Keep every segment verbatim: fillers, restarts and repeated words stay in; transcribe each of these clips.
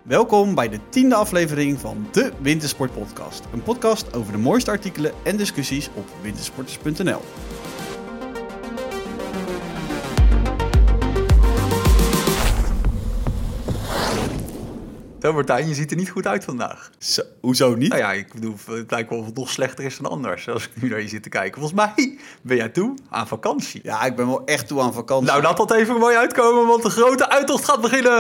Welkom bij de tiende aflevering van de Wintersport Podcast. Een podcast over de mooiste artikelen en discussies op wintersporters punt n l. Zo, Martijn, je ziet er niet goed uit vandaag. Zo, hoezo niet? Nou ja, ik bedoel, het lijkt wel of het nog slechter is dan anders. Als ik nu naar je zit te kijken. Volgens mij ben jij toe aan vakantie. Ja, ik ben wel echt toe aan vakantie. Nou, laat dat even mooi uitkomen, want de grote uittocht gaat beginnen.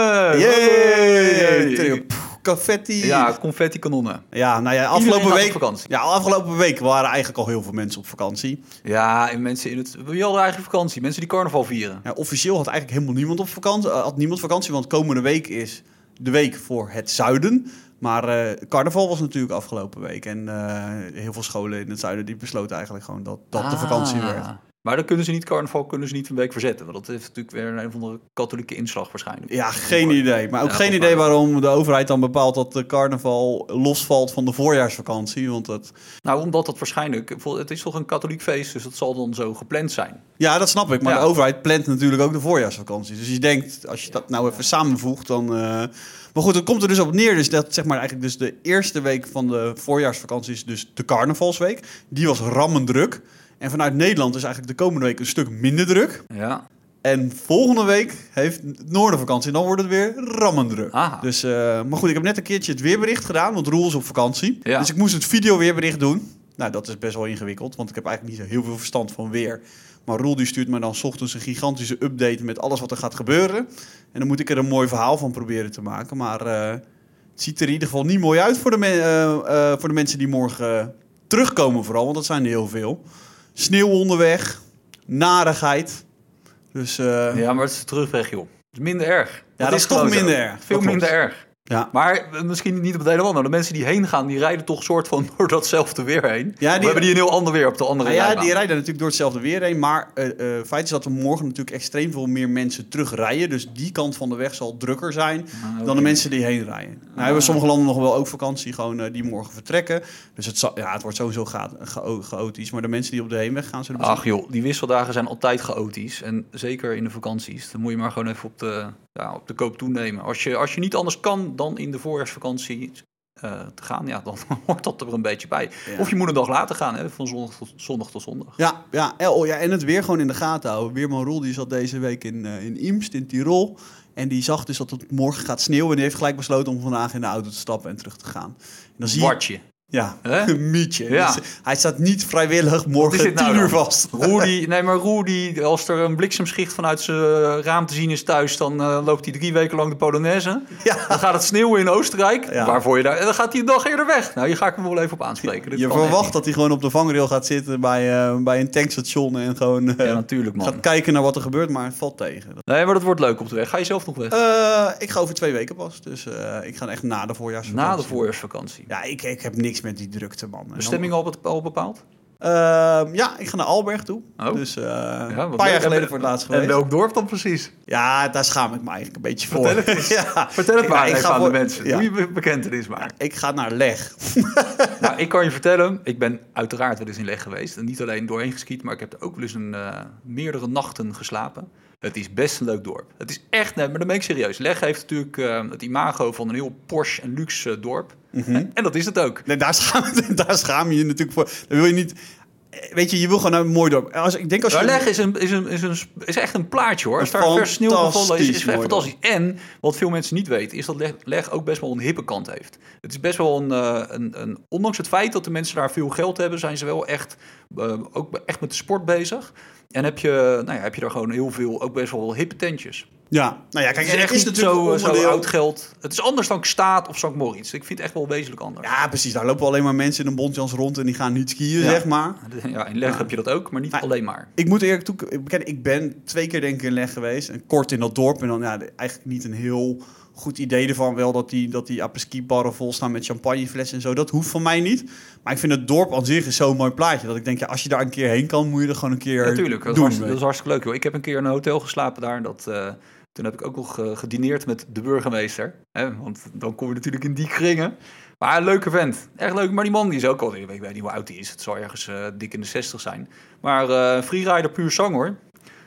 Yay! Pff, confetti. Ja, confetti-kanonnen. Ja, nou ja, afgelopen gaat week, op vakantie. ja, afgelopen week waren eigenlijk al heel veel mensen op vakantie. Ja, en mensen in het... Wie hadden eigenlijk vakantie? Mensen die carnaval vieren. Ja, officieel had eigenlijk helemaal niemand op vakantie. Uh, had niemand vakantie, want komende week is de week voor het zuiden. Maar uh, carnaval was natuurlijk afgelopen week. En uh, heel veel scholen in het zuiden die besloten eigenlijk gewoon dat dat ah. de vakantie werd. Maar dan kunnen ze niet carnaval, kunnen ze niet een week verzetten. Want dat heeft natuurlijk weer een of andere katholieke inslag waarschijnlijk. Ja, geen idee. Maar ook ja, geen idee waarom de overheid dan bepaalt dat de carnaval losvalt van de voorjaarsvakantie. Want dat... Nou, omdat dat waarschijnlijk... Het is toch een katholiek feest, dus dat zal dan zo gepland zijn. Ja, dat snap ik. Maar ja. de overheid plant natuurlijk ook de voorjaarsvakantie. Dus je denkt, als je dat nou even samenvoegt, dan... Uh... Maar goed, het komt er dus op neer. Dus dat zeg maar eigenlijk dus de eerste week van de voorjaarsvakantie is dus de carnavalsweek. Die was rammend druk. En vanuit Nederland is eigenlijk de komende week een stuk minder druk. Ja. En volgende week heeft het noorden vakantie. En dan wordt het weer rammend druk. Aha. Dus, uh, maar goed, ik heb net een keertje het weerbericht gedaan. Want Roel is op vakantie. Ja. Dus ik moest het videoweerbericht doen. Nou, dat is best wel ingewikkeld. Want ik heb eigenlijk niet zo heel veel verstand van weer. Maar Roel die stuurt me dan 's ochtends een gigantische update met alles wat er gaat gebeuren. En dan moet ik er een mooi verhaal van proberen te maken. Maar uh, het ziet er in ieder geval niet mooi uit voor de, me- uh, uh, voor de mensen die morgen uh, terugkomen vooral. Want dat zijn er heel veel. Sneeuw onderweg, narigheid. Dus, uh... Ja, maar het is terugweg, joh. Het is minder erg. Ja, dat, dat is toch minder erg. Veel minder erg. Ja. Maar misschien niet op het hele land. Nou, de mensen die heen gaan, die rijden toch soort van door datzelfde weer heen. Ja, die... We hebben die een heel ander weer op de andere nou ja, rijbaan. die rijden natuurlijk door hetzelfde weer heen. Maar uh, uh, feit is dat er morgen natuurlijk extreem veel meer mensen terugrijden. Dus die kant van de weg zal drukker zijn ah, okay. dan de mensen die heen rijden. Nou ah. hebben sommige landen nog wel ook vakantie, gewoon uh, die morgen vertrekken. Dus het, zal, ja, het wordt sowieso cha- cha- chaotisch. Maar de mensen die op de heenweg gaan... Zullen Ach joh, die wisseldagen zijn altijd chaotisch. En zeker in de vakanties. Dan moet je maar gewoon even op de... Ja, op de koop toenemen. Als je, als je niet anders kan dan in de voorjaarsvakantie uh, te gaan, ja, dan hoort dat er een beetje bij. Ja. Of je moet een dag later gaan, hè, van zondag tot zondag. Tot zondag. Ja, ja, oh, ja, en het weer gewoon in de gaten houden. Weerman Roel die zat deze week in, uh, in Imst, in Tirol. En die zag dus dat het morgen gaat sneeuwen. En die heeft gelijk besloten om vandaag in de auto te stappen en terug te gaan. En dan zie je... Wartje. Ja, een mietje. Ja. Dus hij staat niet vrijwillig morgen nou tien uur vast. Rudy, nee, maar Rudy, als er een bliksemschicht vanuit zijn raam te zien is thuis, dan uh, loopt hij drie weken lang de Polonaise. Ja. Dan gaat het sneeuwen in Oostenrijk. Ja. Waarvoor je daar? En dan gaat hij een dag eerder weg. Nou, hier ga ik hem wel even op aanspreken. Dit je verwacht dat hij gewoon op de vangrail gaat zitten bij, uh, bij een tankstation en gewoon uh, ja, natuurlijk, man. gaat kijken naar wat er gebeurt, maar het valt tegen. Nee, maar dat wordt leuk op de weg. Ga je zelf nog weg? Uh, ik ga over twee weken pas. Dus uh, ik ga echt na de voorjaarsvakantie. Na de voorjaarsvakantie? Ja, ik, ik heb niks met die drukte, man. Bestemming al, al bepaald? Uh, ja, ik ga naar Alberg toe. Oh. Dus uh, ja, een paar jaar geleden en, voor het laatst geweest. En welk dorp dan precies? Ja, daar schaam ik me eigenlijk een beetje voor. Vertel het eens. ja. Vertel het maar ja, even aan voor... de mensen. Ja. Doe je bekentenis maar. Ja, ik ga naar Leg. Nou, ik kan je vertellen, ik ben uiteraard wel eens in Leg geweest. En niet alleen doorheen geskiet, maar ik heb er ook wel eens een, uh, meerdere nachten geslapen. Het is best een leuk dorp. Het is echt, nee, maar dan ben ik serieus. Leg heeft natuurlijk uh, het imago van een heel Porsche en luxe uh, dorp. Mm-hmm. En, en dat is het ook. Nee, daar, schaam, daar schaam je je natuurlijk voor. Dan wil je niet... Weet je, je wil gewoon naar een mooi dorp. Als, ik denk als je... Leg is, een, is, een, is, een, is echt een plaatje, hoor. Als daar vers sneeuw gevallen is, is echt fantastisch. Dorp. En, wat veel mensen niet weten, is dat Leg, Leg ook best wel een hippe kant heeft. Het is best wel een, een, een... Ondanks het feit dat de mensen daar veel geld hebben, zijn ze wel echt, uh, ook echt met de sport bezig. En heb je, nou ja, heb je daar gewoon heel veel, ook best wel hippe tentjes. Ja, nou ja, kijk, het is echt is niet zo, zo oud geld. Het is anders dan Staat of Sankt Moritz. Ik vind het echt wel wezenlijk anders. Ja, precies. Daar lopen alleen maar mensen in een bontjas rond en die gaan niet skiën, ja. zeg maar. Ja, in Leg ja. heb je dat ook, maar niet maar, alleen maar. Ik moet eerlijk toekennen, ik ben twee keer denk ik in Leg geweest. En kort in dat dorp. En dan ja, eigenlijk niet een heel goed idee ervan. Wel dat die, dat die apres-ski barren vol staan met champagneflessen en zo. Dat hoeft van mij niet. Maar ik vind het dorp aan zich is zo'n mooi plaatje. Dat ik denk, ja, als je daar een keer heen kan, moet je er gewoon een keer Natuurlijk, doen. Dat, dat is hartstikke leuk, joh. Ik heb een keer in een hotel geslapen daar. Dat... Uh, Toen heb ik ook nog uh, gedineerd met de burgemeester. Hè? Want dan kom je natuurlijk in die kringen. Maar een leuke vent. Echt leuk. Maar die man die is ook al... Ik weet niet hoe oud hij is. Het zal ergens uh, dik in de zestig zijn. Maar uh, freerider puur zang, hoor.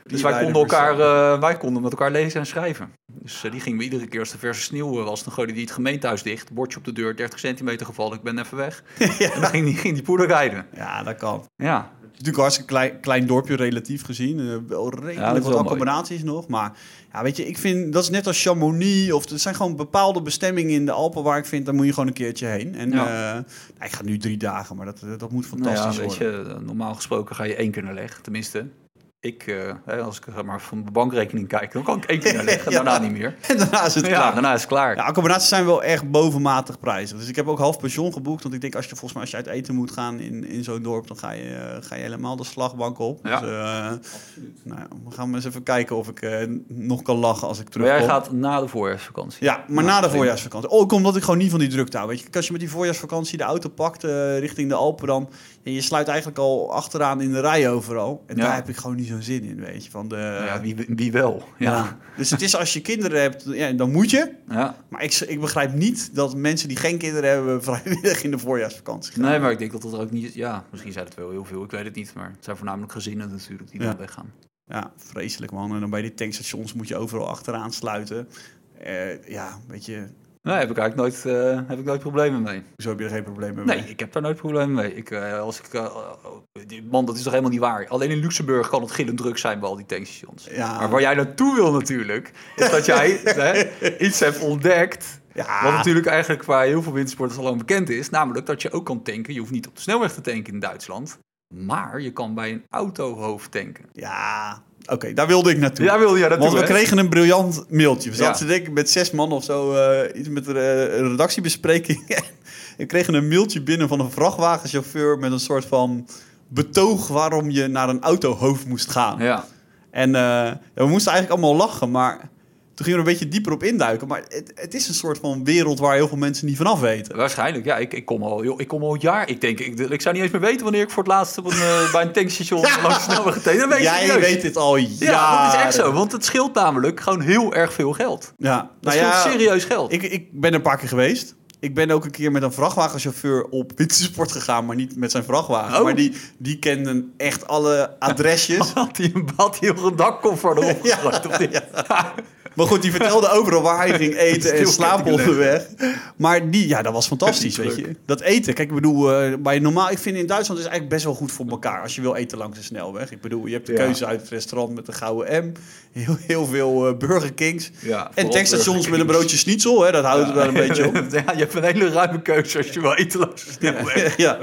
Dus wij konden, elkaar, uh, wij konden met elkaar lezen en schrijven. Dus uh, die gingen we iedere keer als de verse sneeuw was, dan gooide die het gemeentehuis dicht. Bordje op de deur, dertig centimeter gevallen, ik ben even weg. Ja. En dan ging die, ging die poeder rijden. Ja, dat kan. Ja. Het is natuurlijk een hartstikke klein, klein dorpje relatief gezien. Uh, wel redelijk ja, wat accommodaties nog. Maar ja, weet je, ik vind dat is net als Chamonix. Of er zijn gewoon bepaalde bestemmingen in de Alpen waar ik vind, daar moet je gewoon een keertje heen. En ja. uh, nou, ik ga nu drie dagen, maar dat, dat moet fantastisch nou ja, weet worden. Je, normaal gesproken ga je één keer naar leg, tenminste. Ik, uh, als ik maar van mijn bankrekening kijk, dan kan ik één keer naar leggen en ja. daarna niet meer. En daarna is het ja, klaar. daarna is het klaar. Ja, accommodaties zijn wel echt bovenmatig prijzig. Dus ik heb ook half pension geboekt. Want ik denk, als je volgens mij als je uit eten moet gaan in, in zo'n dorp, dan ga je, uh, ga je helemaal de slagbank op. Ja. Dus uh, nou, we gaan maar eens even kijken of ik uh, nog kan lachen als ik terugkom. Maar jij gaat na de voorjaarsvakantie? Ja, maar ja, na de voorjaarsvakantie. Oh, omdat ik gewoon niet van die drukte hou. Weet je, als je met die voorjaarsvakantie de auto pakt uh, richting de Alpen dan, en je sluit eigenlijk al achteraan in de rij overal. En ja. daar heb ik gewoon niet zo'n zin in, weet je. Van de, ja, wie, wie wel. Ja. Ja. Dus het is als je kinderen hebt, ja, dan moet je. Ja. Maar ik, ik begrijp niet dat mensen die geen kinderen hebben vrijwillig in de voorjaarsvakantie gaan. Nee, maar ik denk dat dat er ook niet... Ja, misschien zijn het wel heel veel, ik weet het niet. Maar het zijn voornamelijk gezinnen natuurlijk die ja. dan weggaan. Ja, vreselijk man. En dan bij die tankstations moet je overal achteraan sluiten. Uh, ja, weet je... Nee, heb ik eigenlijk nooit, uh, heb ik nooit problemen mee. Zo heb je er geen problemen mee? mee? Nee, ik heb daar nooit problemen mee. Ik, uh, als ik, uh, die, man, dat is toch helemaal niet waar? Alleen in Luxemburg kan het gillend druk zijn bij al die tankstations. Ja. Maar waar jij naartoe wil natuurlijk, is dat jij hè, iets hebt ontdekt... Ja. Wat natuurlijk eigenlijk waar heel veel wintersporters al lang bekend is. Namelijk dat je ook kan tanken. Je hoeft niet op de snelweg te tanken in Duitsland. Maar je kan bij een autohoofd tanken. Ja... Oké, okay, daar wilde ik naartoe. Daar wilde je naartoe, Want we hè? kregen een briljant mailtje. We zaten ja. denk ik met zes man of zo uh, iets met een uh, redactiebespreking. We kregen een mailtje binnen van een vrachtwagenchauffeur met een soort van betoog waarom je naar een autohoofd moest gaan. Ja. En uh, ja, we moesten eigenlijk allemaal lachen, maar toen gingen we een beetje dieper op induiken. Maar het, het is een soort van wereld waar heel veel mensen niet vanaf weten. Waarschijnlijk, ja. Ik, ik kom al joh, ik kom al een jaar. Ik denk, ik, ik zou niet eens meer weten wanneer ik voor het laatst op een, uh, bij een tankstation ja. langs de snelweg getankt heb. Ja, je weet dit al jaren. Ja, dat is echt zo. Want het scheelt namelijk gewoon heel erg veel geld. Ja. Dat nou scheelt ja, serieus geld. Ik, ik ben er een paar keer geweest. Ik ben ook een keer met een vrachtwagenchauffeur op wintersport gegaan, maar niet met zijn vrachtwagen. Oh. Maar die, die kenden echt alle adresjes. Had hij een, had hij een dakkoffer erop gegooid? Ja, of niet? Ja. Maar goed, die vertelde overal waar hij ging eten en slapen onderweg. Maar die, ja, dat was fantastisch, weet je. Dat eten, kijk, ik bedoel, uh, bij normaal, ik vind in Duitsland is eigenlijk best wel goed voor elkaar als je wil eten langs de snelweg. Ik bedoel, je hebt de ja. keuze uit het restaurant met de gouden M, heel, heel veel uh, Burger Kings ja, en tankstations met een broodje schnitzel, hè, dat houdt ja. het wel een beetje op. Ja, je hebt een hele ruime keuze als je wil eten langs de snelweg. Ja,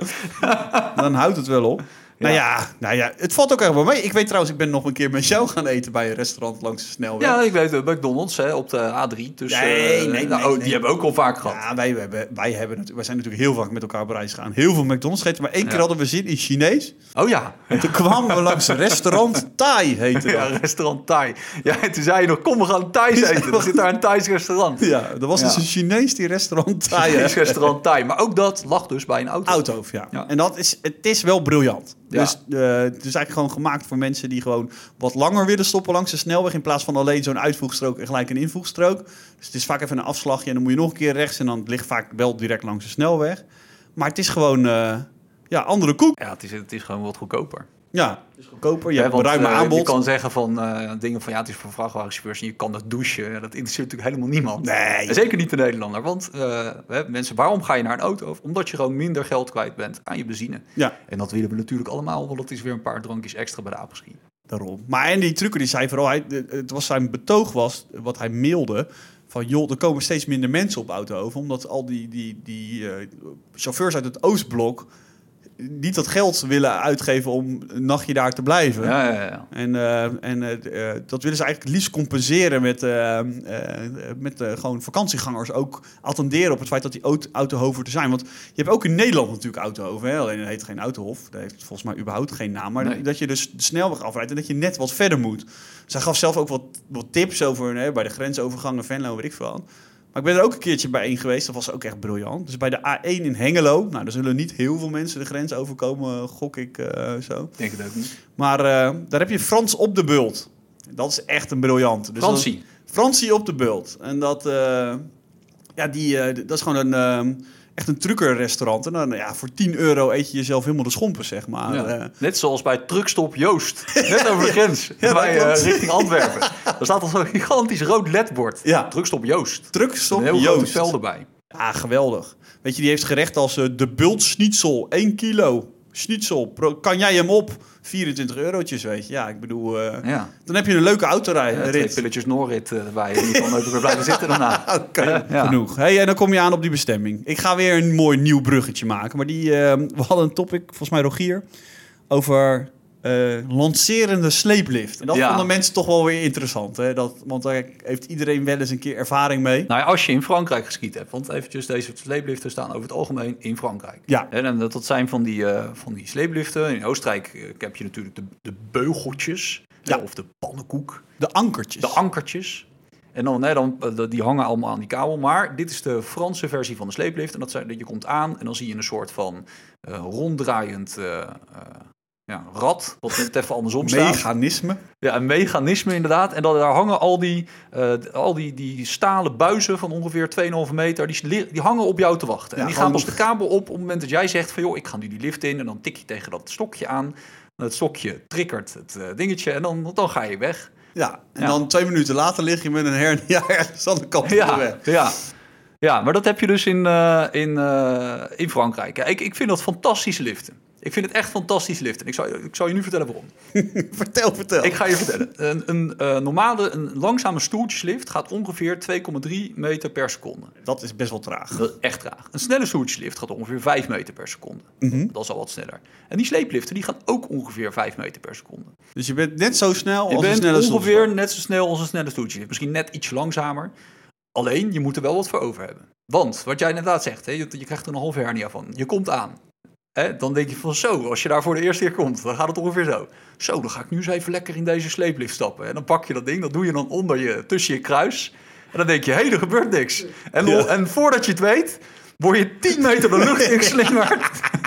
dan houdt het wel op. Ja. Nou ja, nou ja, het valt ook echt wel mee. Ik weet trouwens, ik ben nog een keer met jou gaan eten bij een restaurant langs de snelweg. Ja, ik weet McDonald's hè, op de A drie. Dus, nee, uh, nee, nou, nee, oh, nee. Die hebben we ook al vaak gehad. Ja, wij, wij, wij, hebben, wij zijn natuurlijk heel vaak met elkaar op reis gegaan. Heel veel McDonald's gegeten, maar één keer ja. hadden we zin in Chinees. Oh ja. En toen kwamen we langs een restaurant Thai, heette dat. Ja, restaurant Thai. Ja, en toen zei je nog, kom we gaan Thais eten. Er zit daar een Thais restaurant. Ja, dat was ja. dus een Chinees die restaurant Thai. Chinees restaurant Thai. Maar ook dat lag dus bij een auto. Autohoofd, ja. ja. En dat is, het is wel briljant. Ja. Dus uh, het is eigenlijk gewoon gemaakt voor mensen die gewoon wat langer willen stoppen langs de snelweg. In plaats van alleen zo'n uitvoegstrook en gelijk een invoegstrook. Dus het is vaak even een afslagje en dan moet je nog een keer rechts. En dan ligt vaak wel direct langs de snelweg. Maar het is gewoon uh, ja, andere koek. Ja, het is, het is gewoon wat goedkoper. Ja, het is goedkoper. Je ja, hebt een want, ruime uh, aanbod. Je kan zeggen van uh, dingen van ja, het is voor vrachtwagenchauffeurs en je kan dat douchen. Ja, dat interesseert natuurlijk helemaal niemand. Nee. En zeker niet de Nederlander. Want uh, hè, mensen, waarom ga je naar een auto? Omdat je gewoon minder geld kwijt bent aan je benzine. Ja. En dat willen we natuurlijk allemaal, want het is weer een paar drankjes extra bij de apres-ski. Daarom. Maar en die trucker die zei vooral, hij, het was zijn betoog was, wat hij mailde, van joh, er komen steeds minder mensen op Autohoofd, omdat al die, die, die uh, chauffeurs uit het Oostblok niet dat geld willen uitgeven om een nachtje daar te blijven. Ja, ja, ja. En, uh, en uh, uh, dat willen ze eigenlijk het liefst compenseren met, uh, uh, met uh, gewoon vakantiegangers ook attenderen op het feit dat die auto- autohoven er zijn. Want je hebt ook in Nederland natuurlijk autohoven, hè? Alleen dat heet geen autohof. Dat heeft volgens mij überhaupt geen naam. Maar nee. Dat je dus de snelweg afrijdt en dat je net wat verder moet. Dus hij gaf zelf ook wat, wat tips over hè, bij de grensovergangen, Venlo, weet ik veel aan. Maar ik ben er ook een keertje bij één geweest. Dat was ook echt briljant. Dus bij de A één in Hengelo. Nou, daar zullen niet heel veel mensen de grens overkomen, gok ik uh, zo. Ik denk het ook niet. Maar uh, daar heb je Frans op de Bult. Dat is echt een briljant. Dus Fransie. Fransie op de Bult. En dat, uh, ja, die, uh, dat is gewoon een, uh, echt een truckerrestaurant. En dan ja, voor tien euro eet je jezelf helemaal de schompen, zeg maar. Ja. Uh, Net zoals bij Truckstop Joost. Net over de grens. Ja, bij, uh, richting Antwerpen. Daar staat al zo'n gigantisch rood ledbord. Ja. Truckstop Joost. Truckstop een heel Joost. groot vel erbij. Ja, geweldig. Weet je, die heeft gerecht als uh, de bult schnitzel. één kilo schnitzel. Pro- kan jij hem op? vierentwintig eurotjes, weet je. Ja, ik bedoel, uh, ja. dan heb je een leuke autorijden. Ja, twee pilletjes Norrit uh, erbij. En die kan ook weer blijven zitten daarna. Oké, okay, ja. Genoeg. Hey, en dan kom je aan op die bestemming. Ik ga weer een mooi nieuw bruggetje maken. Maar die, uh, we hadden een topic, volgens mij Rogier, over uh, lancerende sleeplift. En dat ja. vonden mensen toch wel weer interessant. Hè? Dat, want daar heeft iedereen wel eens een keer ervaring mee. Nou ja, als je in Frankrijk geskiet hebt. Want eventjes, deze sleepliften staan over het algemeen in Frankrijk. Ja. En dat, dat zijn van die, uh, van die sleepliften. In Oostenrijk uh, heb je natuurlijk de, de beugeltjes. Ja. Of de pannenkoek. De ankertjes. De ankertjes. En dan, nee, dan, die hangen allemaal aan die kabel. Maar dit is de Franse versie van de sleeplift. En dat zijn dat je komt aan en dan zie je een soort van uh, ronddraaiend uh, uh, ja, rad. Wat net even andersom staat. Mechanisme. Ja, een mechanisme inderdaad. En dan, daar hangen al die, uh, al die, die stalen buizen van ongeveer twee komma vijf meter. Die, die hangen op jou te wachten. Ja, en die gaan pas de kabel op op het moment dat jij zegt van joh, ik ga nu die lift in. En dan tik je tegen dat stokje aan. En het stokje triggert het uh, dingetje en dan, dan ga je weg. Ja, en ja. dan twee minuten later lig je met een hernia ergens aan de kant van ja, de weg. Ja, ja, maar dat heb je dus in, uh, in, uh, in Frankrijk. Ik, ik vind dat fantastische liften. Ik vind het echt fantastische liften. Ik zal, ik zal je nu vertellen waarom. vertel, vertel. Ik ga je vertellen. Een, een uh, normale, een langzame stoeltjeslift gaat ongeveer twee komma drie meter per seconde. Dat is best wel traag. Dat is echt traag. Een snelle stoeltjeslift gaat ongeveer vijf meter per seconde. Mm-hmm. Dat is al wat sneller. En die sleepliften die gaan ook ongeveer vijf meter per seconde. Dus je bent net zo snel je als een snelle stoeltjeslift. Je bent ongeveer stoeltjeslift. net zo snel als een snelle stoeltjeslift. Misschien net iets langzamer. Alleen, je moet er wel wat voor over hebben. Want, wat jij inderdaad zegt, hè, je, je krijgt er een halve hernia van. Je komt aan. Hè, dan denk je van zo, als je daar voor de eerste keer komt, dan gaat het ongeveer zo. Zo, dan ga ik nu eens even lekker in deze sleeplift stappen. En dan pak je dat ding, dat doe je dan onder je, tussen je kruis. En dan denk je, hé, hey, er gebeurt niks. En, ja. en voordat je het weet, word je tien meter de lucht ingeslingerd.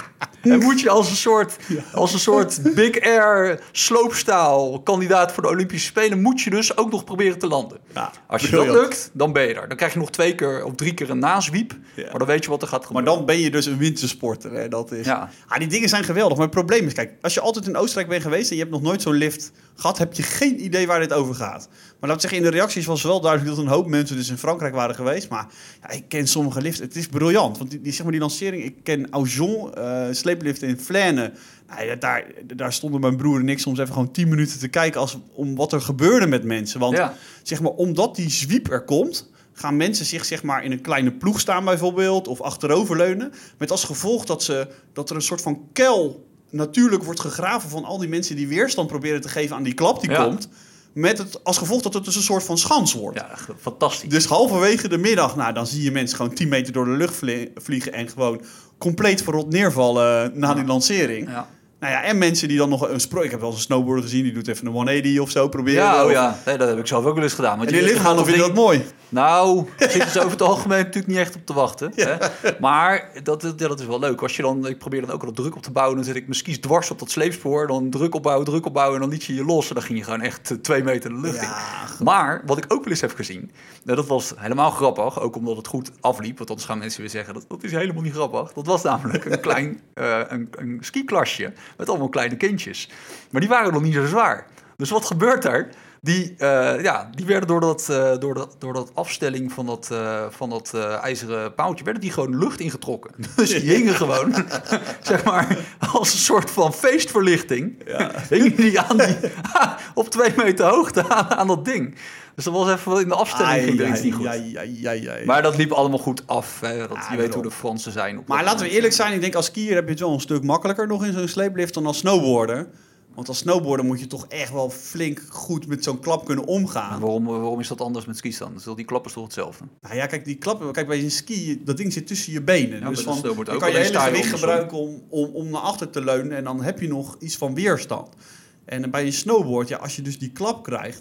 En moet je als een soort, ja. als een soort Big Air sloopstaal kandidaat voor de Olympische Spelen, moet je dus ook nog proberen te landen. Ja, als je briljant. Dat lukt, dan ben je daar. Dan krijg je nog twee keer of drie keer een nazwiep. Ja. Maar dan weet je wat er gaat gebeuren. Maar dan ben je dus een wintersporter. Hè? Dat is... ja. Ah, die dingen zijn geweldig. Maar het probleem is, kijk, als je altijd in Oostenrijk bent geweest en je hebt nog nooit zo'n lift gehad, heb je geen idee waar dit over gaat. Maar laat ik zeggen, in de reacties was wel duidelijk dat een hoop mensen dus in Frankrijk waren geweest. Maar ja, ik ken sommige lifts. Het is briljant. Want die, die, zeg maar, die lancering, ik ken Aujon, uh, sleeplift in Flaine. Nou, daar, daar stonden mijn broer en ik soms even gewoon tien minuten te kijken als, om wat er gebeurde met mensen. Want ja. zeg maar, omdat die zwiep er komt, gaan mensen zich zeg maar in een kleine ploeg staan bijvoorbeeld, of achteroverleunen. Met als gevolg dat, ze, dat er een soort van kuil natuurlijk wordt gegraven van al die mensen die weerstand proberen te geven aan die klap die ja. komt. Met het, als gevolg dat het dus een soort van schans wordt. Ja, fantastisch. Dus halverwege de middag, nou, dan zie je mensen gewoon tien meter door de lucht vliegen en gewoon compleet verrot neervallen na ja. die lancering. Ja. Nou ja, en mensen die dan nog een sprong... Ik heb wel eens een snowboarder gezien, die doet even een honderdtachtig of zo proberen. Ja, of... oh ja. Nee, dat heb ik zelf ook wel eens gedaan. Want en die lichaam vind je dat mooi? Nou, daar zitten ze over het algemeen natuurlijk niet echt op te wachten. Ja. Hè? Maar dat, dat, dat is wel leuk. Als je dan, ik probeer dan ook al druk op te bouwen. Dan zet ik mijn skis dwars op dat sleepspoor. Dan druk opbouwen, druk opbouwen. En dan liet je je los. En dan ging je gewoon echt twee meter de lucht ja, in. Maar wat ik ook wel eens heb gezien. Nou, dat was helemaal grappig. Ook omdat het goed afliep. Want anders gaan mensen weer zeggen, dat, dat is helemaal niet grappig. Dat was namelijk een klein uh, een, een skiklasje. Met allemaal kleine kindjes. Maar die waren nog niet zo zwaar. Dus wat gebeurt er? Die, uh, ja, die werden door dat, uh, door dat, door dat afstelling van dat, uh, van dat uh, ijzeren paaltje, werden die gewoon lucht ingetrokken. Dus die hingen gewoon, zeg maar, als een soort van feestverlichting. Ja. Hingen die, aan die op twee meter hoogte aan, aan dat ding. Dus dat was even in de afstelling ai, ging er iets niet goed. Ai, ai, ai, ai. Maar dat liep allemaal goed af. Hè. Dat, ah, je weet hoe de Fransen zijn. Op maar laten we eerlijk zijn. Ik denk als skier heb je het wel een stuk makkelijker nog in zo'n sleeplift dan als snowboarder. Want als snowboarder moet je toch echt wel flink goed met zo'n klap kunnen omgaan. Waarom, waarom is dat anders met skis dan? Dus die klappen is toch hetzelfde? Nou ja, kijk, die klappen, kijk bij een ski, dat ding zit tussen je benen. Ja, dus van, dan kan je hele gewicht gebruiken om, om, om naar achter te leunen en dan heb je nog iets van weerstand. En bij een snowboard, ja, als je dus die klap krijgt,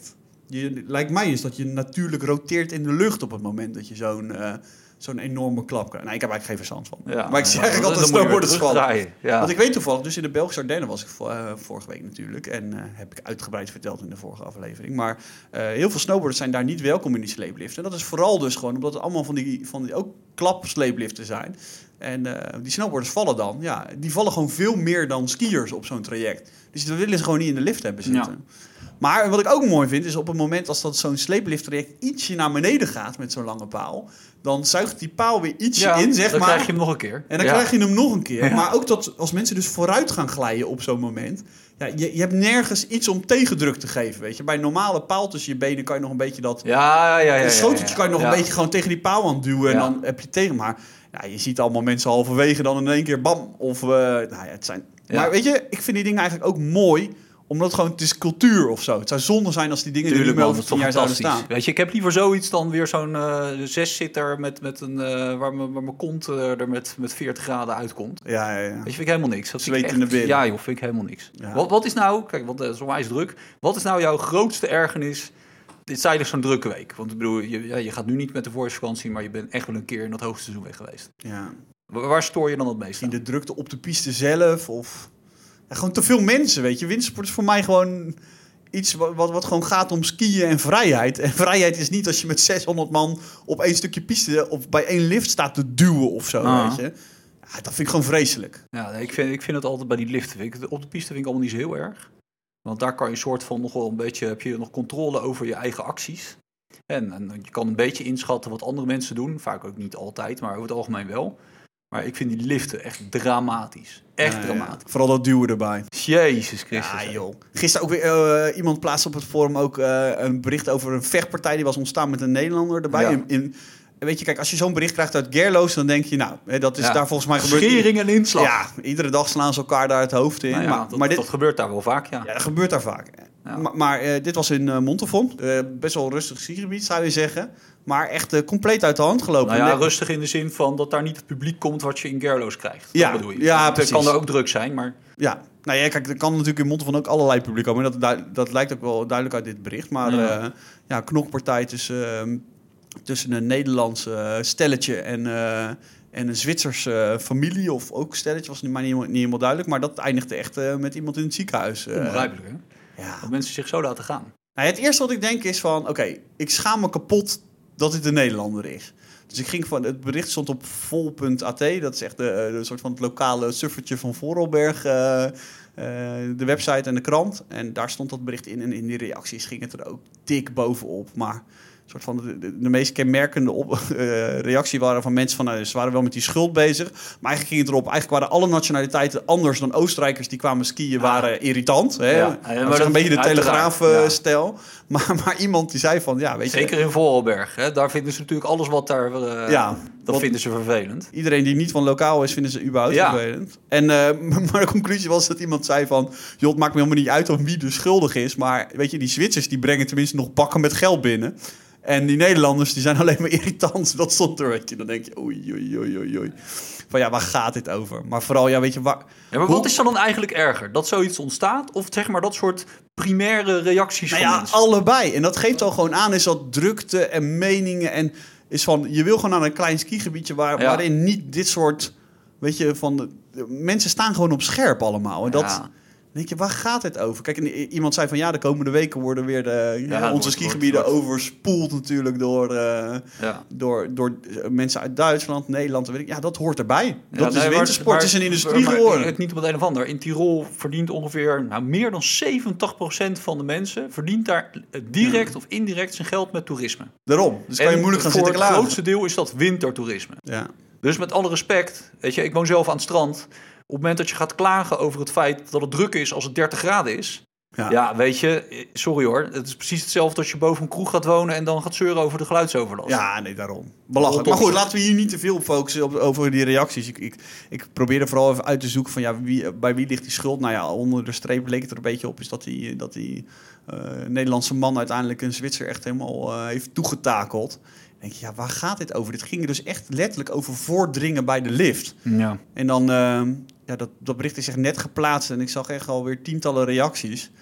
je, lijkt mij is dat je natuurlijk roteert in de lucht op het moment dat je zo'n... Uh, zo'n enorme klap krijgt. Nou, ik heb eigenlijk geen verstand van. Ja, maar ik zeg ja, eigenlijk altijd snowboarders vallen. Ja. Want ik weet toevallig, dus in de Belgische Ardennen was ik uh, vorige week natuurlijk. En uh, heb ik uitgebreid verteld in de vorige aflevering. Maar uh, heel veel snowboarders zijn daar niet welkom in die sleepliften. En dat is vooral dus gewoon omdat het allemaal van die, van die ook klapsleepliften zijn. En uh, die snowboarders vallen dan. Ja, die vallen gewoon veel meer dan skiers op zo'n traject. Dus dat willen ze gewoon niet in de lift hebben zitten. Ja. Maar wat ik ook mooi vind, is op het moment als dat zo'n sleeplifttraject ietsje naar beneden gaat met zo'n lange paal, dan zuigt die paal weer ietsje ja, in, zeg dan maar. Dan krijg je hem nog een keer. En dan ja. krijg je hem nog een keer. Ja. Maar ook dat als mensen dus vooruit gaan glijden op zo'n moment, ja, je, je hebt nergens iets om tegendruk te geven, weet je. Bij normale paal tussen je benen kan je nog een beetje dat... Ja, ja, ja. Een schoteltje ja, ja. kan je nog ja. een beetje gewoon tegen die paal aan duwen en ja. dan heb je tegen. Maar ja, je ziet allemaal mensen halverwege dan in één keer bam. Of, uh, nou ja, het zijn... Ja. Maar weet je, ik vind die dingen eigenlijk ook mooi, omdat het gewoon, het is cultuur of zo. Het zou zonde zijn als die dingen Tuurlijk, er niet meer man, over tien jaar zouden staan. Weet je, ik heb liever zoiets dan weer zo'n uh, zeszitter met, met een, uh, waar mijn kont uh, er met, met veertig graden uitkomt. Ja, ja, ja. Weet je, vind ik helemaal niks. Dat Zweet in de binnen. Ja joh, vind ik helemaal niks. Ja. Wat, wat is nou, kijk, want het is onwijs druk. Wat is nou jouw grootste ergernis? Dit zei dus zo'n drukke week. Want ik bedoel, je, ja, je gaat nu niet met de voorjaarsvakantie, maar je bent echt wel een keer in dat hoogseizoen weg geweest. Ja. Waar, waar stoor je dan het meest in de drukte op de piste zelf of... Ja, gewoon te veel mensen, weet je. Wintersport is voor mij gewoon iets wat, wat, wat gewoon gaat om skiën en vrijheid. En vrijheid is niet als je met zeshonderd man op één stukje piste of bij één lift staat te duwen of zo, ah. weet je. Ja, dat vind ik gewoon vreselijk. Ja, nee, ik, vind, ik vind het altijd bij die liften. Vind ik, op de piste vind ik allemaal niet zo heel erg. Want daar kan je een soort van nog wel een beetje, heb je nog controle over je eigen acties. En, en je kan een beetje inschatten wat andere mensen doen. Vaak ook niet altijd, maar over het algemeen wel. Maar ik vind die liften echt dramatisch. Echt ja, dramatisch. Ja. Vooral dat duwen erbij. Jezus Christus. Ja, joh. Gisteren ook weer uh, iemand plaatste op het forum ook uh, een bericht over een vechtpartij die was ontstaan met een Nederlander erbij. Ja. In, in, weet je, kijk, als je zo'n bericht krijgt uit Gerloos, dan denk je, nou, hè, dat is ja. daar volgens mij gebeurd. Schering en inslag. Ja, iedere dag slaan ze elkaar daar het hoofd in. Nou ja, maar, dat, maar dit, dat gebeurt daar wel vaak, ja. Ja, dat gebeurt daar vaak. Ja. Maar, maar uh, dit was in uh, Montafon. Uh, best wel een rustig skigebied, zou je zeggen. Maar echt uh, compleet uit de hand gelopen. Nou ja, rustig in de zin van dat daar niet het publiek komt wat je in Gerloos krijgt. Ja, dat bedoel je. Ja, het kan er ook druk zijn, maar... Ja, nou ja, kijk, er kan natuurlijk in Montafon ook allerlei publiek komen. Dat, dat, dat lijkt ook wel duidelijk uit dit bericht. Maar ja, uh, ja knokpartij tussen, uh, tussen een Nederlands uh, stelletje en... Uh, En een Zwitserse uh, familie, of ook stelletje, was maar niet, niet helemaal duidelijk. Maar dat eindigde echt uh, met iemand in het ziekenhuis. Uh, Onbegrijpelijk, hè? Ja. Dat mensen zich zo laten gaan. Nou, het eerste wat ik denk is van, oké, okay, ik schaam me kapot dat dit een Nederlander is. Dus ik ging van, het bericht stond op vol punt a t. Dat is echt de, de soort van het lokale suffertje van Voorelberg. Uh, uh, de website en de krant. En daar stond dat bericht in. En in die reacties ging het er ook dik bovenop. Maar... Een soort van de, de, de meest kenmerkende op, uh, reactie waren van mensen van... Uh, ze waren wel met die schuld bezig. Maar eigenlijk ging het erop... Eigenlijk waren alle nationaliteiten anders dan Oostenrijkers... die kwamen skiën, waren ja. irritant. Hè? Ja. Ja, maar dat is een beetje de Telegraaf-stijl. Ja. Maar, maar iemand die zei van... Ja, weet je, zeker in Voorelberg. Hè? Daar vinden ze natuurlijk alles wat daar... Uh, ja, dat vinden ze vervelend. Iedereen die niet van lokaal is, vinden ze überhaupt ja. vervelend. En, uh, maar de conclusie was dat iemand zei van... Joh, het maakt me helemaal niet uit om wie dus schuldig is. Maar weet je, die Zwitsers die brengen tenminste nog bakken met geld binnen... En die Nederlanders, die zijn alleen maar irritant. Dat stond er, weet je. Dan denk je, oei, oei, oei, oei, oei. Van ja, waar gaat dit over? Maar vooral, ja, weet je... Waar, ja, maar hoe... wat is er dan eigenlijk erger? Dat zoiets ontstaat? Of zeg maar dat soort primaire reacties nou van ja, mensen? allebei. En dat geeft al gewoon aan, is dat drukte en meningen. En is van, je wil gewoon naar een klein skigebiedje... Waar, ja. waarin niet dit soort, weet je, van... De, de, mensen staan gewoon op scherp allemaal. En dat... Ja. Dan denk je, waar gaat het over? Kijk, iemand zei van ja, de komende weken worden weer de, ja, ja, onze skigebieden wordt, wordt. overspoeld natuurlijk door, uh, ja. door, door mensen uit Duitsland, Nederland. Weet ik. Ja, dat hoort erbij. Ja, dat nee, is wintersport, het is een industrie maar, geworden. Het niet op het een of ander. In Tirol verdient ongeveer nou, meer dan zeventig procent van de mensen verdient daar direct ja. of indirect zijn geld met toerisme. Daarom. Dus kan je moeilijk gaan zitten klagen. Voor het grootste deel is dat wintertoerisme. Ja. Dus met alle respect, weet je, ik woon zelf aan het strand. Op het moment dat je gaat klagen over het feit dat het druk is als het dertig graden is... Ja. ja, weet je, sorry hoor. Het is precies hetzelfde als je boven een kroeg gaat wonen... en dan gaat zeuren over de geluidsoverlast. Ja, nee, daarom. Belachelijk. Maar goed, laten we hier niet te veel op focussen op, over die reacties. Ik, ik, ik probeer er vooral even uit te zoeken van... ja, wie, bij wie ligt die schuld? Nou ja, onder de streep leek het er een beetje op... is dat die, dat die uh, Nederlandse man uiteindelijk een Zwitser echt helemaal uh, heeft toegetakeld... Dan denk je, ja, waar gaat dit over? Dit ging dus echt letterlijk over voordringen bij de lift. Ja. En dan, uh, ja, dat, dat bericht is echt net geplaatst... en ik zag echt alweer tientallen reacties...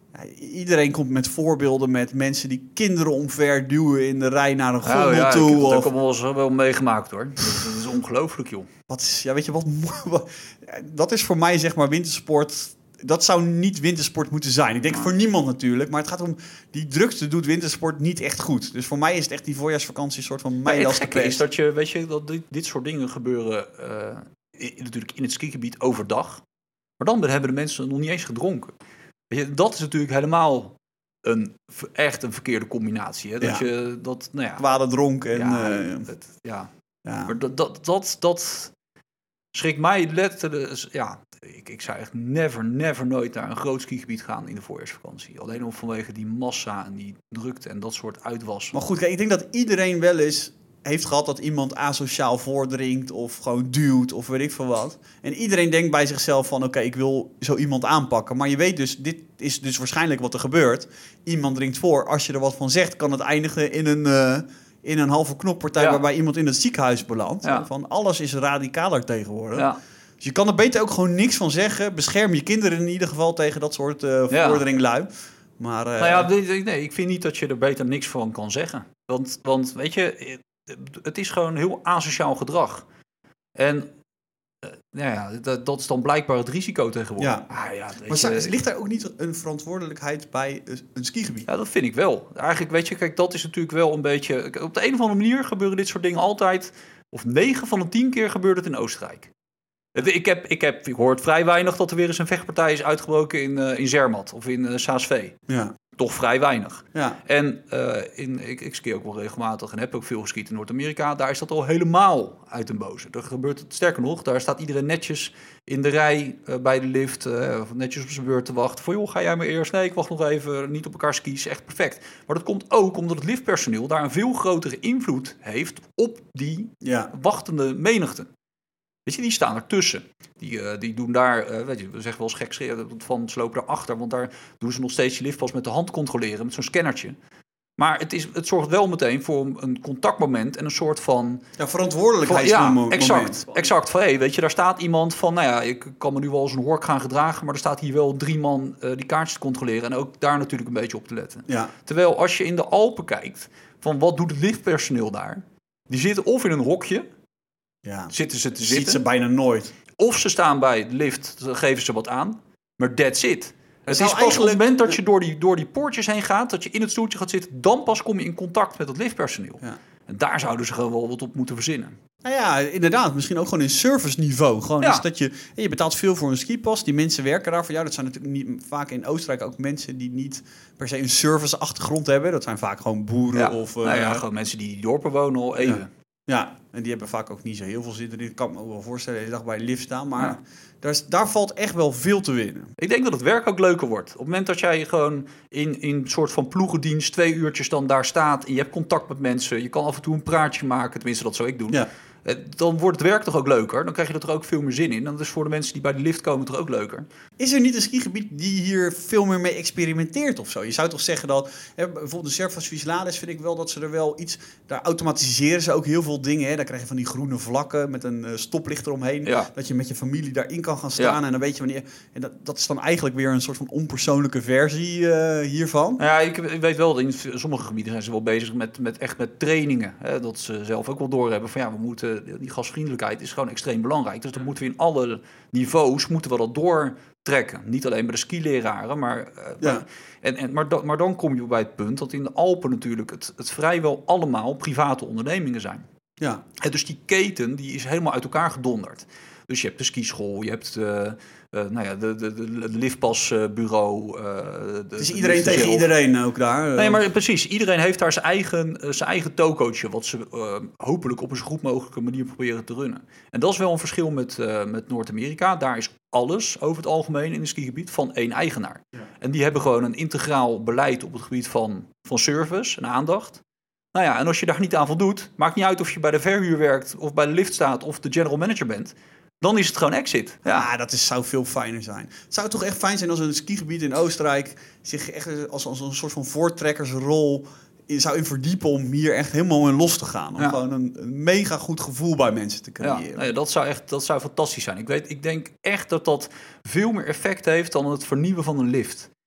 Ja, iedereen komt met voorbeelden met mensen die kinderen omver duwen in de rij naar een gondel oh, ja, toe. Ik heb dat ook wel eens wel meegemaakt hoor. Dat, dat is ongelooflijk joh. Wat is, ja, weet je wat, wat? Dat is voor mij zeg maar wintersport. Dat zou niet wintersport moeten zijn. Ik denk voor niemand natuurlijk. Maar het gaat om, die drukte doet wintersport niet echt goed. Dus voor mij is het echt die voorjaarsvakantie een soort van mijn als de pest. Is dat je, weet je, dat dit, dit soort dingen gebeuren uh, in, natuurlijk in het skigebied overdag. Maar dan hebben de mensen nog niet eens gedronken. Weet je, dat is natuurlijk helemaal een, echt een verkeerde combinatie. Hè? Dat ja. je dat, nou ja. Kwade dronk en... Ja, uh, het, ja. ja. Maar dat, dat, dat, dat schrikt mij letterlijk... Ja, ik, ik zou echt never, never nooit naar een groot skigebied gaan in de voorjaarsvakantie. Alleen al vanwege die massa en die drukte en dat soort uitwassen. Maar goed, kijk, ik denk dat iedereen wel eens heeft gehad dat iemand asociaal voordringt of gewoon duwt of weet ik veel wat. En iedereen denkt bij zichzelf van oké, okay, ik wil zo iemand aanpakken. Maar je weet dus, dit is dus waarschijnlijk wat er gebeurt. Iemand dringt voor. Als je er wat van zegt, kan het eindigen in een, uh, in een halve knokpartij ja. waarbij iemand in het ziekenhuis belandt. Ja. Van alles is radicaler tegenwoordig. Ja. Dus je kan er beter ook gewoon niks van zeggen. Bescherm je kinderen in ieder geval tegen dat soort uh, vorderinglui. Maar, uh, nou ja, nee, ik vind niet dat je er beter niks van kan zeggen. Want, want weet je, het is gewoon heel asociaal gedrag. En uh, nou ja, dat, dat is dan blijkbaar het risico tegenwoordig. Ja. Ah, ja, maar je, ligt daar ook niet een verantwoordelijkheid bij een skigebied? Ja, dat vind ik wel. Eigenlijk, weet je, kijk, dat is natuurlijk wel een beetje... Op de een of andere manier gebeuren dit soort dingen altijd... Of negen van de tien keer gebeurt het in Oostenrijk. Ik, heb, ik, heb, ik hoor vrij weinig dat er weer eens een vechtpartij is uitgebroken in, uh, in Zermatt of in uh, Saas-Vee. Ja. Toch vrij weinig. Ja. En uh, in, ik, ik ski ook wel regelmatig en heb ook veel geskiet in Noord-Amerika. Daar is dat al helemaal uit den boze. Er gebeurt het sterker nog. Daar staat iedereen netjes in de rij uh, bij de lift. Uh, netjes op zijn beurt te wachten. Van joh, ga jij maar eerst? Nee, ik wacht nog even. Niet op elkaar skis. Echt perfect. Maar dat komt ook omdat het liftpersoneel daar een veel grotere invloed heeft op die ja. wachtende menigte. Weet je, die staan ertussen. Die, uh, die doen daar, uh, weet je, we zeggen wel eens gek van ze lopen daarachter, want daar doen ze nog steeds je liftpas met de hand controleren, met zo'n scannertje. Maar het, is, het zorgt wel meteen voor een contactmoment en een soort van... Ja, verantwoordelijkheidsmoment. Ja, exact. Exact. Van, hey, weet je, daar staat iemand van, nou ja, ik kan me nu wel als een hork gaan gedragen, maar er staat hier wel drie man uh, die kaartjes te controleren en ook daar natuurlijk een beetje op te letten. Ja. Terwijl als je in de Alpen kijkt, van wat doet het liftpersoneel daar? Die zitten of in een hokje, ja. zitten ze te je zitten. Ziet ze bijna nooit. Of ze staan bij de lift, dan geven ze wat aan. Maar that's it. Het is pas eigenlijk... op het moment dat je door die, door die poortjes heen gaat, dat je in het stoeltje gaat zitten, dan pas kom je in contact met het liftpersoneel. Ja. En daar zouden ze gewoon wel wat op moeten verzinnen. Nou ja, inderdaad. Misschien ook gewoon in serviceniveau. Gewoon ja. is dat je, je betaalt veel voor een skipas. Die mensen werken daar voor jou. Dat zijn natuurlijk niet, vaak in Oostenrijk ook mensen die niet per se een serviceachtergrond hebben. Dat zijn vaak gewoon boeren ja. of... Uh, nou ja, uh, gewoon mensen die in dorpen wonen al even. Ja. Ja, en die hebben vaak ook niet zo heel veel zin erin. Ik kan me ook wel voorstellen, je dag bij een lift staan. Maar ja. daar, is, daar valt echt wel veel te winnen. Ik denk dat het werk ook leuker wordt. Op het moment dat jij gewoon in, in een soort van ploegendienst twee uurtjes dan daar staat en je hebt contact met mensen, je kan af en toe een praatje maken, tenminste dat zou ik doen. Ja. Dan wordt het werk toch ook leuker. Dan krijg je er toch ook veel meer zin in. En dat is voor de mensen die bij de lift komen toch ook leuker. Is er niet een skigebied die hier veel meer mee experimenteert of zo? Je zou toch zeggen dat... Hè, bijvoorbeeld de Servas Vislades vind ik wel dat ze er wel iets... Daar automatiseren ze ook heel veel dingen. Hè. Daar krijg je van die groene vlakken met een uh, stoplicht eromheen. Ja. Dat je met je familie daarin kan gaan staan. Ja. En dan weet je wanneer... En dat, dat is dan eigenlijk weer een soort van onpersoonlijke versie uh, hiervan. Ja, ik, ik weet wel dat in sommige gebieden zijn ze wel bezig met, met echt met trainingen. Hè, dat ze zelf ook wel doorhebben van ja, we moeten... Die gastvriendelijkheid is gewoon extreem belangrijk. Dus dan moeten we in alle niveaus moeten we dat doortrekken. Niet alleen bij de skileraren, maar, uh, ja. maar, en, en, maar, da, maar dan kom je bij het punt dat in de Alpen natuurlijk het, het vrijwel allemaal private ondernemingen zijn. Ja. En dus die keten die is helemaal uit elkaar gedonderd. Dus je hebt de skischool, je hebt uh, uh, nou ja, de, de, de, de liftpasbureau. Uh, het is iedereen tegen zelf. Iedereen ook daar. Nee, maar precies. Iedereen heeft daar zijn eigen, uh, zijn eigen tokootje, wat ze uh, hopelijk op een zo goed mogelijke manier proberen te runnen. En dat is wel een verschil met, uh, met Noord-Amerika. Daar is alles over het algemeen in het skigebied van één eigenaar. Ja. En die hebben gewoon een integraal beleid op het gebied van, van service en aandacht. Nou ja, en als je daar niet aan voldoet, maakt niet uit of je bij de verhuur werkt of bij de lift staat of de general manager bent. Dan is het gewoon exit. Ja, dat is, zou veel fijner zijn. Het zou toch echt fijn zijn als een skigebied in Oostenrijk zich echt als, als een soort van voortrekkersrol zou in verdiepen om hier echt helemaal in los te gaan. Om ja. gewoon een, een mega goed gevoel bij mensen te creëren. Ja, nee, dat zou echt dat zou fantastisch zijn. Ik weet, ik denk echt dat dat veel meer effect heeft dan het vernieuwen van een lift.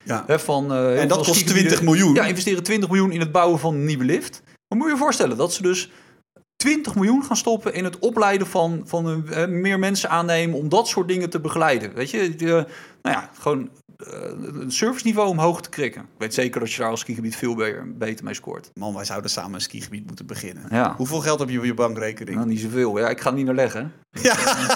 Ja. He, van, uh, en dat kost twintig miljoen. Ja, investeren twintig miljoen in het bouwen van een nieuwe lift. Maar moet je je voorstellen dat ze dus twintig miljoen gaan stoppen in het opleiden van, van uh, meer mensen aannemen om dat soort dingen te begeleiden. Weet je, de, nou ja, gewoon uh, een serviceniveau omhoog te krikken. Ik weet zeker dat je daar als skigebied veel beter, beter mee scoort. Man, wij zouden samen een skigebied moeten beginnen. Ja. Hoeveel geld heb je op je bankrekening? Nou, niet zoveel. Ja, ik ga het niet naar leggen. Ja,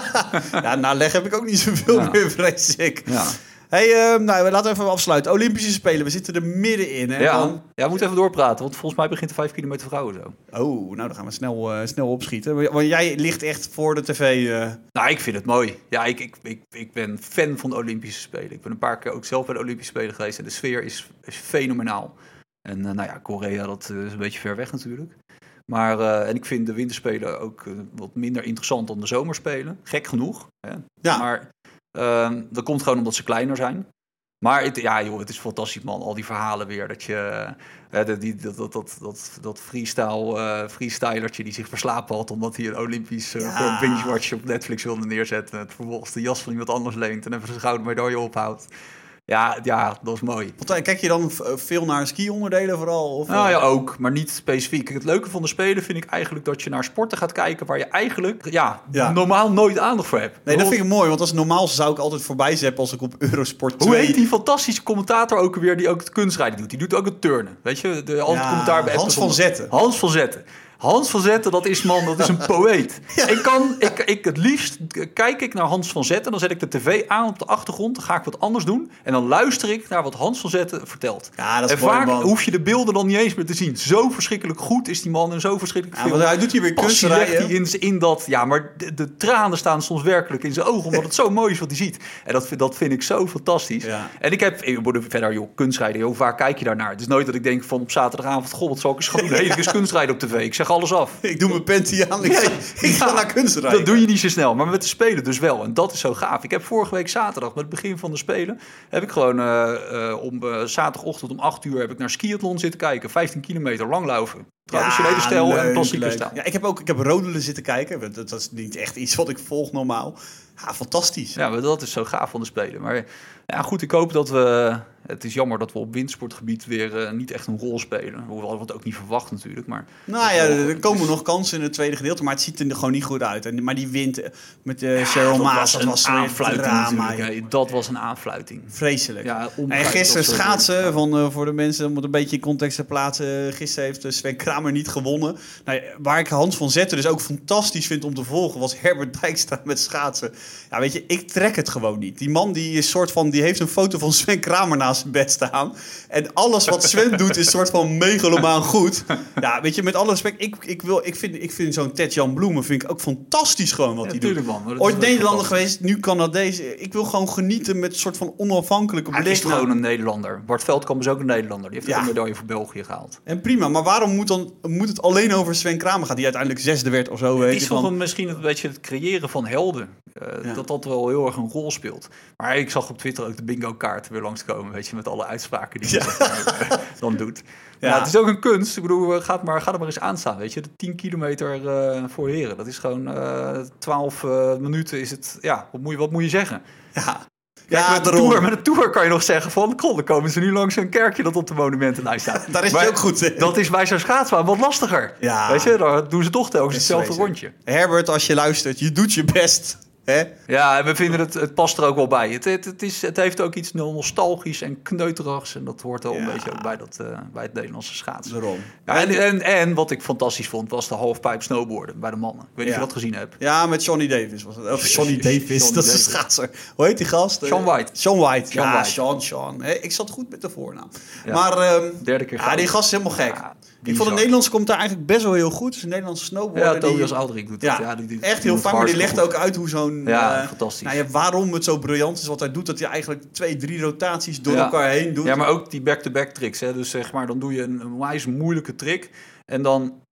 ja naar leggen heb ik ook niet zoveel ja. meer, vrees ik. Ja. Hey, uh, nou, laten we even afsluiten. Olympische Spelen, we zitten er middenin. Hè? Ja, Dan... ja, we moeten even doorpraten, want volgens mij begint de vijf kilometer vrouwen zo. Oh, nou, dan gaan we snel, uh, snel opschieten. Want jij ligt echt voor de tv. Uh... Nou, ik vind het mooi. Ja, ik, ik, ik, ik ben fan van de Olympische Spelen. Ik ben een paar keer ook zelf bij de Olympische Spelen geweest en de sfeer is, is fenomenaal. En uh, nou ja, Korea, dat uh, is een beetje ver weg natuurlijk. Maar, uh, en ik vind de winterspelen ook uh, wat minder interessant dan de zomerspelen. Gek genoeg. Hè? Ja. Maar uh, dat komt gewoon omdat ze kleiner zijn. Maar het, ja, joh, het is fantastisch, man. Al die verhalen weer. Dat je uh, die, dat, dat, dat, dat, dat freestyle, uh, freestylertje die zich verslapen had omdat hij een Olympisch uh, ja. binge-watch op Netflix wilde neerzetten. Het vervolgens de jas van iemand anders leent en even zijn gouden medaille ophoudt. Ja, ja, dat is mooi. Want, kijk je dan veel naar ski-onderdelen vooral? Of, nou ja, ook, maar niet specifiek. Het leuke van de Spelen vind ik eigenlijk dat je naar sporten gaat kijken waar je eigenlijk ja, ja. normaal nooit aandacht voor hebt. Nee, dat vind ik mooi, want als normaal zou ik altijd voorbij zeppen als ik op Eurosport twee... Hoe heet die fantastische commentator ook weer die ook het kunstrijden doet? Die doet ook het turnen, weet je? De, al het ja, commentaar bij Hans van Zetten. Hans van Zetten. Hans van Zetten, dat is man, dat is een poëet. Ja. Ik kan, ik, ik, het liefst kijk ik naar Hans van Zetten, dan zet ik de tv aan op de achtergrond, dan ga ik wat anders doen en dan luister ik naar wat Hans van Zetten vertelt. Ja, dat is en mooi, vaak man. Hoef je de beelden dan niet eens meer te zien. Zo verschrikkelijk goed is die man en zo verschrikkelijk ja, veel. Hij doet hier weer kunstrijden. Legt hij in, in dat, ja, maar de, de tranen staan soms werkelijk in zijn ogen, omdat het zo mooi is wat hij ziet. En dat, dat vind ik zo fantastisch. Ja. En ik heb, ik word verder, joh, kunstrijden, hoe vaak kijk je daarnaar? Het is nooit dat ik denk van op zaterdagavond, god, wat zal ik eens gaan doen? Nee, ik is kunstrijden op tv. Ik zeg alles af. Ik doe mijn panty aan. Ik, nee, ik ga ja, naar kunstrijden. Dat doe je niet zo snel, maar met de Spelen dus wel. En dat is zo gaaf. Ik heb vorige week zaterdag, met het begin van de Spelen, heb ik gewoon uh, uh, om uh, zaterdagochtend om acht uur heb ik naar skiathlon zitten kijken. vijftien kilometer langlopen. Traditionele ja, stijl leuk, en klassieke stijl. Ja, ik heb ook ik heb rodelen zitten kijken. Dat, dat is niet echt iets wat ik volg normaal. Ja, fantastisch. Ja, maar dat is zo gaaf van de Spelen. Maar ja, goed, ik hoop dat we... Het is jammer dat we op windsportgebied weer uh, niet echt een rol spelen. Hoewel we het ook niet verwacht natuurlijk. Maar nou ja, er komen nog kansen in het tweede gedeelte. Maar het ziet er gewoon niet goed uit. En, maar die wind met uh, ja, Cheryl Maas, dat was een aanfluiting. Drama, ja, dat was een aanfluiting. Vreselijk. Ja, en gisteren schaatsen, van, uh, voor de mensen om het een beetje in context te plaatsen. Gisteren heeft uh, Sven Kramer niet gewonnen. Nou, waar ik Hans van Zetten dus ook fantastisch vind om te volgen, was Herbert Dijkstra met schaatsen. Ja, weet je, ik trek het gewoon niet. Die man die is soort van, die heeft een foto van Sven Kramer naast zijn bed staan. En alles wat Sven doet is soort van megalomaan goed. Ja, weet je, met alle respect, ik, ik, wil, ik vind, ik vind zo'n Ted-Jan Bloemen vind ik ook fantastisch gewoon wat hij ja, doet. Man, ooit Nederlander geweest, nu Canadees. Ik wil gewoon genieten met een soort van onafhankelijke blik. Hij is gewoon een Nederlander. Bart Veldkamp is ook een Nederlander. Die heeft ja. ook een medaille voor België gehaald. En prima, maar waarom moet, dan, moet het alleen over Sven Kramer gaan, die uiteindelijk zesde werd of zo? Het is toch van... misschien een beetje het creëren van helden. Uh, ja. Dat dat wel heel erg een rol speelt. Maar ik zag op Twitter ook de bingo-kaart weer langskomen, weet je, met alle uitspraken die hij ja. dan doet. Ja. Ja, het is ook een kunst. Ik bedoel, ga het maar, ga er maar eens aan staan, weet je. De tien kilometer uh, voor heren. Dat is gewoon uh, twaalf uh, minuten is het... Ja, wat moet je, wat moet je zeggen? Ja. Kijk, ja, met, de tour, met de Tour kan je nog zeggen van... Kom, dan komen ze nu langs een kerkje dat op de monumentenlijst staat. Daar is het ook goed in. Dat is bij zo'n schaatsbaan wat lastiger. Ja. Weet je, dan doen ze toch telkens hetzelfde rondje. Herbert, als je luistert, je doet je best... He? Ja, en we vinden het, het past er ook wel bij. Het, het, het, is, het heeft ook iets nostalgisch en kneuterigs. En dat hoort wel ja. een beetje ook bij, dat, uh, bij het Nederlandse schaatsen. Daarom. Ja, en, en, en wat ik fantastisch vond, was de halfpipe snowboarden bij de mannen. Ik weet niet ja. of je dat gezien hebt. Ja, met Johnny Davis was het. Of Johnny Davis, Johnny dat is een schaatser. Hoe heet die gast? Sean White. Sean White. Sean ja, White. Sean, Sean. Hey, ik zat goed met de voornaam. Ja. Maar um, derde keer ja, die gast is helemaal gek. Ja, ik vond de Nederlandse komt daar eigenlijk best wel heel goed. Het is een Nederlandse snowboarder. Ja, Tobias Aldrich doet ja, ja, die, die, echt heel fijn, maar die legt ook uit hoe zo'n... Ja, uh, fantastisch. Nou ja, waarom het zo briljant is wat hij doet, dat hij eigenlijk twee, drie rotaties door ja. elkaar heen doet. Ja, maar ook die back-to-back tricks. Hè? Dus zeg maar, dan doe je een, een wijs moeilijke trick. En dan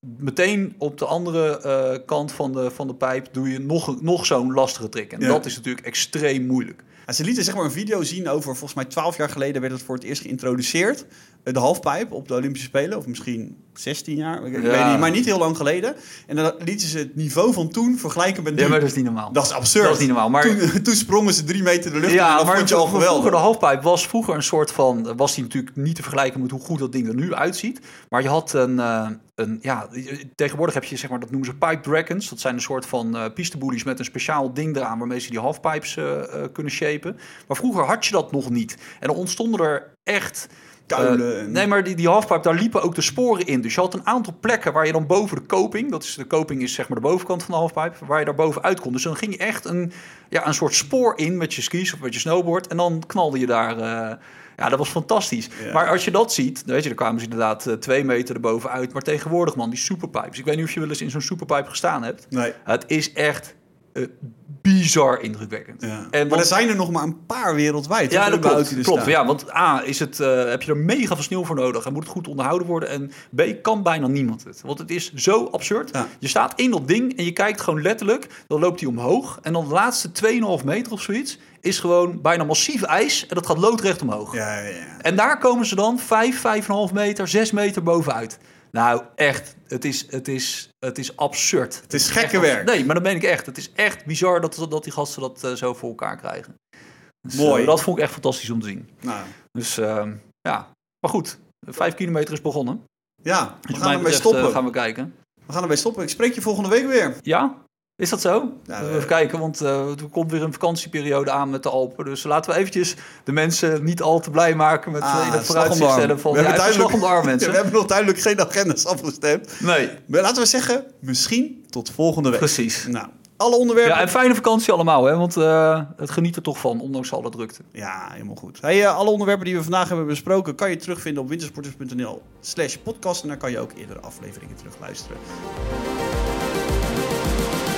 meteen op de andere uh, kant van de, van de pijp doe je nog, nog zo'n lastige trick. En ja. dat is natuurlijk extreem moeilijk. Ja, ze lieten zeg maar een video zien over, volgens mij twaalf jaar geleden werd het voor het eerst geïntroduceerd. De halfpijp op de Olympische Spelen, of misschien zestien jaar, ik ja. weet niet, maar niet heel lang geleden. En dan lieten ze het niveau van toen vergelijken met nu. Ja, maar dat is niet normaal. Dat is absurd. Dat is niet normaal. Maar... Toen, toen sprongen ze drie meter de lucht ja, in en dat maar vond je al geweldig. Vroeger de halfpijp was vroeger een soort van, was die natuurlijk niet te vergelijken met hoe goed dat ding er nu uitziet. Maar je had een, uh, een ja, tegenwoordig heb je zeg maar, dat noemen ze pipe dragons. Dat zijn een soort van uh, pisteboelies met een speciaal ding eraan waarmee ze die halfpipes uh, uh, kunnen shapen. Maar vroeger had je dat nog niet. En dan ontstonden er echt... Kuilen. Uh, nee, maar die, die halfpipe, daar liepen ook de sporen in. Dus je had een aantal plekken waar je dan boven de coping... dat is de coping is zeg maar de bovenkant van de halfpipe... waar je daar bovenuit kon. Dus dan ging je echt een, ja, een soort spoor in met je skis of met je snowboard... en dan knalde je daar... Uh, ja, dat was fantastisch. Ja. Maar als je dat ziet, weet je, dan kwamen ze inderdaad uh, twee meter erboven uit. Maar tegenwoordig, man, die superpipes. Ik weet niet of je wel eens in zo'n superpipe gestaan hebt. Nee. Het is echt... Uh, bizar indrukwekkend. Ja. En maar want, er zijn er nog maar een paar wereldwijd. Ja, dat klopt. klopt. klopt. Ja, want A, is het, uh, heb je er mega veel sneeuw voor nodig en moet het goed onderhouden worden. En B, kan bijna niemand het. Want het is zo absurd. Ja. Je staat in dat ding en je kijkt gewoon letterlijk, dan loopt hij omhoog. En dan de laatste twee komma vijf meter of zoiets is gewoon bijna massief ijs. En dat gaat loodrecht omhoog. Ja, ja, ja. En daar komen ze dan vijf, vijf komma vijf meter, zes meter bovenuit. Nou, echt, het is, het is, het is absurd. Het is gekke werk. Nee, maar dat meen ik echt. Het is echt bizar dat, dat die gasten dat uh, zo voor elkaar krijgen. Dus, Mooi. Uh, dat vond ik echt fantastisch om te zien. Nou. Dus uh, ja, maar goed. Vijf kilometer is begonnen. Ja, we dus gaan ermee stoppen. Uh, gaan we kijken. We gaan ermee stoppen. Ik spreek je volgende week weer. Ja? Is dat zo? Ja, uh, even kijken, want uh, er komt weer een vakantieperiode aan met de Alpen. Dus laten we eventjes de mensen niet al te blij maken met ah, in het vooruitzicht stellen van... We hebben, ja, slag om de arm, mensen. we hebben nog duidelijk geen agendas afgestemd. Nee. Maar laten we zeggen, misschien tot volgende week. Precies. Nou, alle onderwerpen... Ja, en fijne vakantie allemaal, hè, want uh, het geniet er toch van, ondanks al de drukte. Ja, helemaal goed. Hey, uh, alle onderwerpen die we vandaag hebben besproken kan je terugvinden op wintersporters.nl slash podcast. En daar kan je ook eerdere afleveringen terugluisteren.